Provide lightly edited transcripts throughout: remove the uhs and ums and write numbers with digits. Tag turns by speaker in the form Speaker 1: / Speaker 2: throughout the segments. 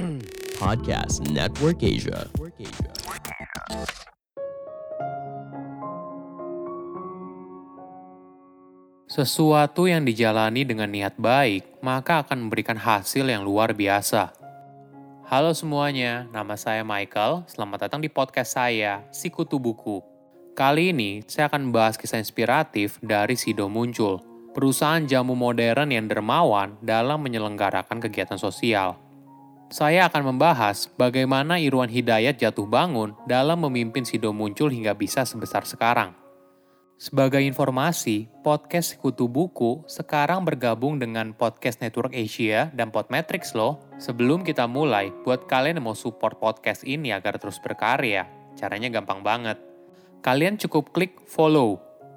Speaker 1: Podcast Network Asia.
Speaker 2: Sesuatu yang dijalani dengan niat baik, maka akan memberikan hasil yang luar biasa. Halo semuanya, nama saya Michael. Selamat datang di podcast saya, Sikutu Buku. Kali ini, saya akan membahas kisah inspiratif dari Sido Muncul, perusahaan jamu modern yang dermawan dalam menyelenggarakan kegiatan sosial. Saya akan membahas bagaimana Irwan Hidayat jatuh bangun dalam memimpin Sido Muncul hingga bisa sebesar sekarang. Sebagai informasi, podcast Sikutu Buku sekarang bergabung dengan Podcast Network Asia dan Podmetrics loh. Sebelum kita mulai, buat kalian yang mau support podcast ini agar terus berkarya, caranya gampang banget. Kalian cukup klik follow.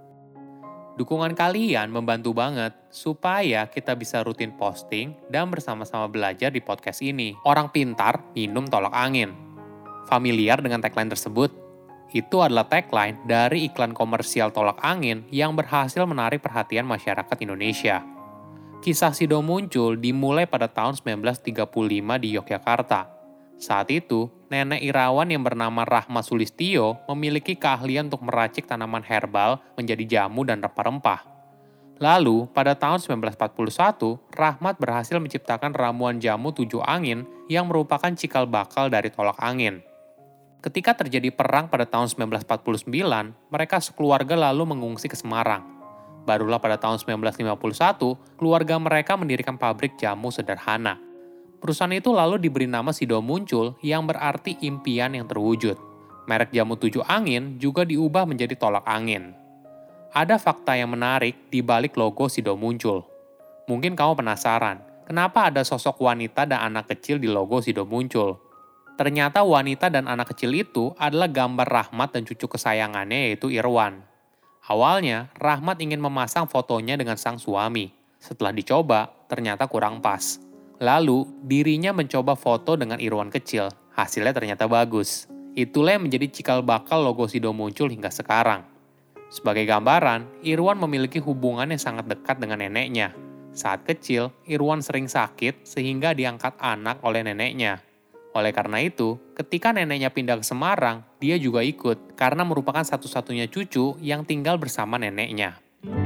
Speaker 2: Dukungan kalian membantu banget supaya kita bisa rutin posting dan bersama-sama belajar di podcast ini. Orang pintar minum tolak angin. Familiar dengan tagline tersebut? Itu adalah tagline dari iklan komersial tolak angin yang berhasil menarik perhatian masyarakat Indonesia. Kisah Sido Muncul dimulai pada tahun 1935 di Yogyakarta. Saat itu, nenek Irawan yang bernama Rahmat Sulistyo memiliki keahlian untuk meracik tanaman herbal menjadi jamu dan rempah-rempah. Lalu, pada tahun 1941, Rahmat berhasil menciptakan ramuan jamu 7 angin yang merupakan cikal bakal dari tolak angin. Ketika terjadi perang pada tahun 1949, mereka sekeluarga lalu mengungsi ke Semarang. Barulah pada tahun 1951, keluarga mereka mendirikan pabrik jamu sederhana. Perusahaan itu lalu diberi nama Sido Muncul yang berarti impian yang terwujud. Merek jamu 7 angin juga diubah menjadi tolak angin. Ada fakta yang menarik di balik logo Sido Muncul. Mungkin kamu penasaran, kenapa ada sosok wanita dan anak kecil di logo Sido Muncul? Ternyata wanita dan anak kecil itu adalah gambar Rahmat dan cucu kesayangannya yaitu Irwan. Awalnya, Rahmat ingin memasang fotonya dengan sang suami. Setelah dicoba, ternyata kurang pas. Lalu, dirinya mencoba foto dengan Irwan kecil. Hasilnya ternyata bagus. Itulah yang menjadi cikal bakal logo Sido Muncul hingga sekarang. Sebagai gambaran, Irwan memiliki hubungan yang sangat dekat dengan neneknya. Saat kecil, Irwan sering sakit sehingga diangkat anak oleh neneknya. Oleh karena itu, ketika neneknya pindah ke Semarang, dia juga ikut karena merupakan satu-satunya cucu yang tinggal bersama neneknya.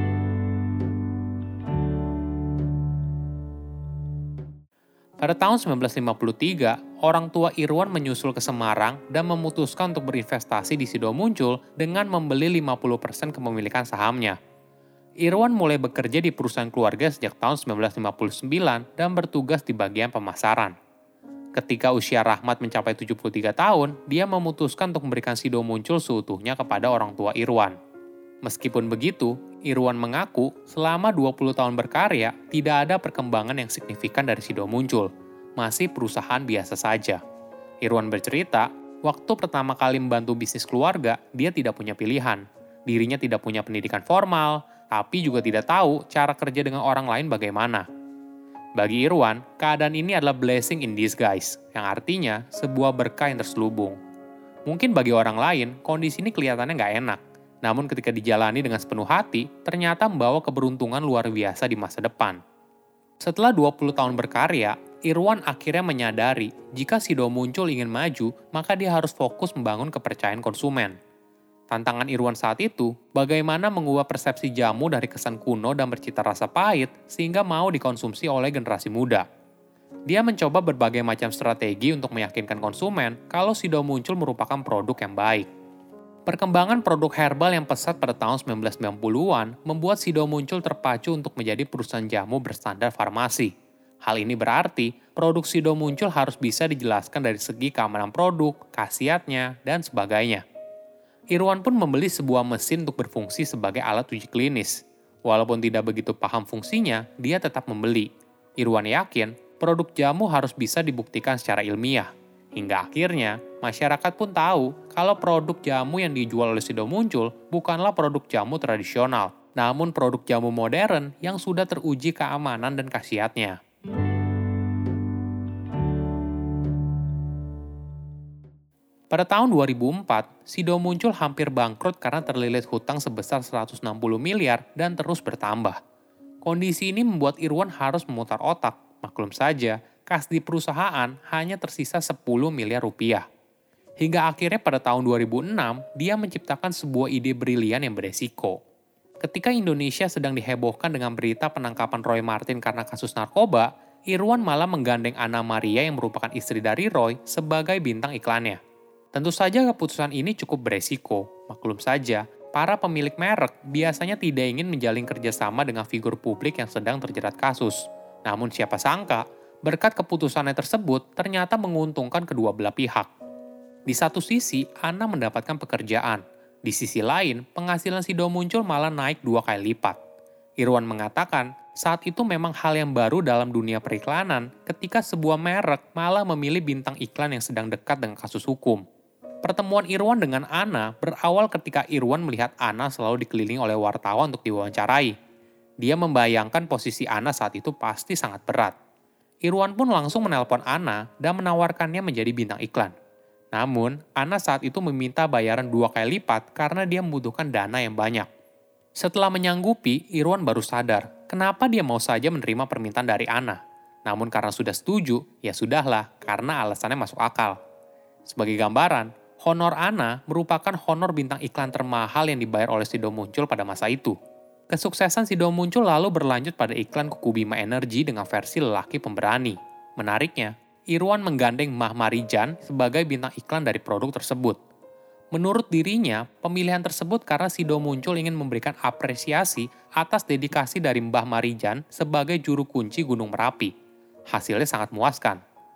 Speaker 2: Pada tahun 1953, orang tua Irwan menyusul ke Semarang dan memutuskan untuk berinvestasi di Sido Muncul dengan membeli 50% kepemilikan sahamnya. Irwan mulai bekerja di perusahaan keluarga sejak tahun 1959 dan bertugas di bagian pemasaran. Ketika usia Rahmat mencapai 73 tahun, dia memutuskan untuk memberikan Sido Muncul seutuhnya kepada orang tua Irwan. Meskipun begitu, Irwan mengaku selama 20 tahun berkarya, tidak ada perkembangan yang signifikan dari Sido Muncul. Masih perusahaan biasa saja. Irwan bercerita, waktu pertama kali membantu bisnis keluarga, dia tidak punya pilihan. Dirinya tidak punya pendidikan formal, tapi juga tidak tahu cara kerja dengan orang lain bagaimana. Bagi Irwan, keadaan ini adalah blessing in disguise, yang artinya sebuah berkah yang terselubung. Mungkin bagi orang lain, kondisi ini kelihatannya nggak enak. Namun ketika dijalani dengan sepenuh hati, ternyata membawa keberuntungan luar biasa di masa depan. Setelah 20 tahun berkarya, Irwan akhirnya menyadari jika Sido Muncul ingin maju, maka dia harus fokus membangun kepercayaan konsumen. Tantangan Irwan saat itu, bagaimana mengubah persepsi jamu dari kesan kuno dan bercita rasa pahit sehingga mau dikonsumsi oleh generasi muda. Dia mencoba berbagai macam strategi untuk meyakinkan konsumen kalau Sido Muncul merupakan produk yang baik. Perkembangan produk herbal yang pesat pada tahun 1990-an membuat Sido Muncul terpacu untuk menjadi perusahaan jamu berstandar farmasi. Hal ini berarti produk Sido Muncul harus bisa dijelaskan dari segi keamanan produk, khasiatnya, dan sebagainya. Irwan pun membeli sebuah mesin untuk berfungsi sebagai alat uji klinis. Walaupun tidak begitu paham fungsinya, dia tetap membeli. Irwan yakin produk jamu harus bisa dibuktikan secara ilmiah. Hingga akhirnya, masyarakat pun tahu kalau produk jamu yang dijual oleh Sido Muncul bukanlah produk jamu tradisional, namun produk jamu modern yang sudah teruji keamanan dan khasiatnya. Pada tahun 2004, Sido Muncul hampir bangkrut karena terlilit hutang sebesar 160 miliar dan terus bertambah. Kondisi ini membuat Irwan harus memutar otak. Maklum saja, kas di perusahaan hanya tersisa 10 miliar rupiah. Hingga akhirnya pada tahun 2006, dia menciptakan sebuah ide brilian yang beresiko. Ketika Indonesia sedang dihebohkan dengan berita penangkapan Roy Martin karena kasus narkoba, Irwan malah menggandeng Anna Maria yang merupakan istri dari Roy sebagai bintang iklannya. Tentu saja keputusan ini cukup beresiko. Maklum saja, para pemilik merek biasanya tidak ingin menjalin kerjasama dengan figur publik yang sedang terjerat kasus. Namun siapa sangka, berkat keputusannya tersebut ternyata menguntungkan kedua belah pihak. Di satu sisi, Anna mendapatkan pekerjaan. Di sisi lain, penghasilan Sido Muncul malah naik 2 kali lipat. Irwan mengatakan, saat itu memang hal yang baru dalam dunia periklanan ketika sebuah merek malah memilih bintang iklan yang sedang dekat dengan kasus hukum. Pertemuan Irwan dengan Anna berawal ketika Irwan melihat Anna selalu dikelilingi oleh wartawan untuk diwawancarai. Dia membayangkan posisi Anna saat itu pasti sangat berat. Irwan pun langsung menelpon Anna dan menawarkannya menjadi bintang iklan. Namun, Anna saat itu meminta bayaran 2 kali lipat karena dia membutuhkan dana yang banyak. Setelah menyanggupi, Irwan baru sadar kenapa dia mau saja menerima permintaan dari Anna. Namun karena sudah setuju, ya sudahlah karena alasannya masuk akal. Sebagai gambaran, honor Anna merupakan honor bintang iklan termahal yang dibayar oleh Sido Muncul pada masa itu. Kesuksesan Sido Muncul lalu berlanjut pada iklan Kuku Bima Energi dengan versi lelaki pemberani. Menariknya, Irwan menggandeng Mah Marijan sebagai bintang iklan dari produk tersebut. Menurut dirinya, pemilihan tersebut karena Sido Muncul ingin memberikan apresiasi atas dedikasi dari Mbah Marijan sebagai juru kunci Gunung Merapi. Hasilnya sangat memuaskan.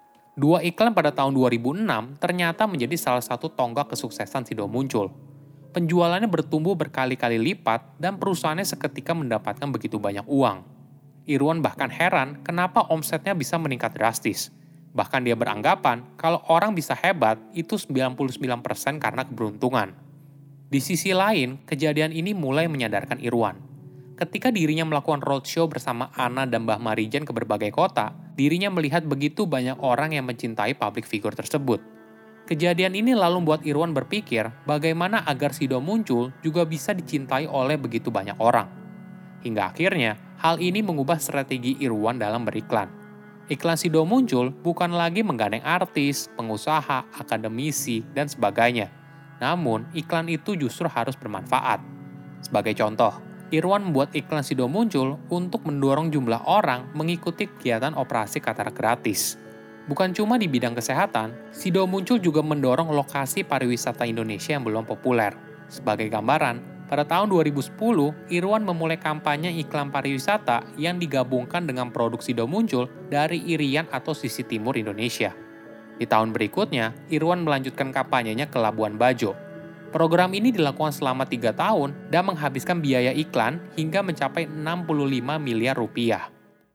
Speaker 2: 2 iklan pada tahun 2006 ternyata menjadi salah satu tonggak kesuksesan Sido Muncul. Penjualannya bertumbuh berkali-kali lipat dan perusahaannya seketika mendapatkan begitu banyak uang. Irwan bahkan heran kenapa omsetnya bisa meningkat drastis. Bahkan dia beranggapan kalau orang bisa hebat itu 99% karena keberuntungan. Di sisi lain, kejadian ini mulai menyadarkan Irwan. Ketika dirinya melakukan roadshow bersama Anna dan Mbah Marijan ke berbagai kota, dirinya melihat begitu banyak orang yang mencintai public figure tersebut. Kejadian ini lalu membuat Irwan berpikir bagaimana agar Sido Muncul juga bisa dicintai oleh begitu banyak orang. Hingga akhirnya, hal ini mengubah strategi Irwan dalam beriklan. Iklan Sido Muncul bukan lagi menggandeng artis, pengusaha, akademisi, dan sebagainya. Namun, iklan itu justru harus bermanfaat. Sebagai contoh, Irwan membuat iklan Sido Muncul untuk mendorong jumlah orang mengikuti kegiatan operasi katarak gratis. Bukan cuma di bidang kesehatan, Sido Muncul juga mendorong lokasi pariwisata Indonesia yang belum populer. Sebagai gambaran, pada tahun 2010, Irwan memulai kampanye iklan pariwisata yang digabungkan dengan produk Sido Muncul dari Irian atau sisi timur Indonesia. Di tahun berikutnya, Irwan melanjutkan kampanyenya ke Labuan Bajo. Program ini dilakukan selama 3 tahun dan menghabiskan biaya iklan hingga mencapai 65 miliar rupiah.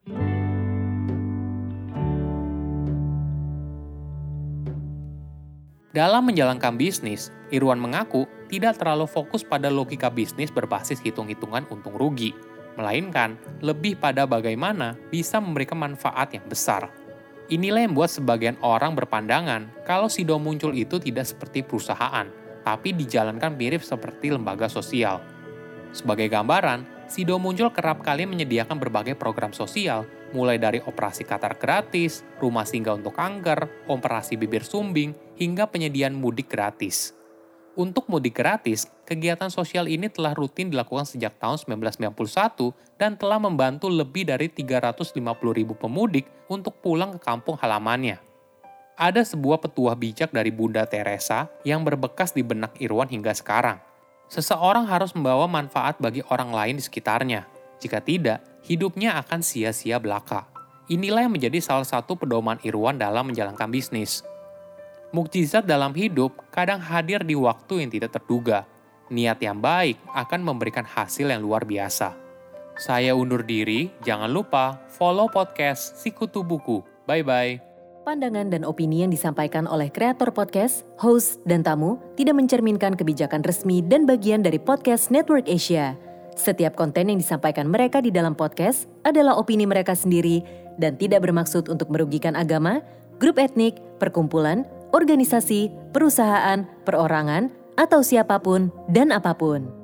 Speaker 2: Dalam menjalankan bisnis, Irwan mengaku tidak terlalu fokus pada logika bisnis berbasis hitung-hitungan untung rugi, melainkan lebih pada bagaimana bisa memberikan manfaat yang besar. Inilah yang membuat sebagian orang berpandangan kalau Sido Muncul itu tidak seperti perusahaan, tapi dijalankan mirip seperti lembaga sosial. Sebagai gambaran, Sido Muncul kerap kali menyediakan berbagai program sosial, mulai dari operasi katarak gratis, rumah singgah untuk kanker, operasi bibir sumbing, hingga penyediaan mudik gratis. Untuk mudik gratis, kegiatan sosial ini telah rutin dilakukan sejak tahun 1991 dan telah membantu lebih dari 350.000 pemudik untuk pulang ke kampung halamannya. Ada sebuah petuah bijak dari Bunda Teresa yang berbekas di benak Irwan hingga sekarang. Seseorang harus membawa manfaat bagi orang lain di sekitarnya. Jika tidak, hidupnya akan sia-sia belaka. Inilah yang menjadi salah satu pedoman Irwan dalam menjalankan bisnis. Mukjizat dalam hidup kadang hadir di waktu yang tidak terduga. Niat yang baik akan memberikan hasil yang luar biasa. Saya undur diri, jangan lupa follow podcast Sikutu Buku. Bye-bye.
Speaker 1: Pandangan dan opini yang disampaikan oleh kreator podcast, host, dan tamu tidak mencerminkan kebijakan resmi dan bagian dari Podcast Network Asia. Setiap konten yang disampaikan mereka di dalam podcast adalah opini mereka sendiri dan tidak bermaksud untuk merugikan agama, grup etnik, perkumpulan, organisasi, perusahaan, perorangan, atau siapapun dan apapun.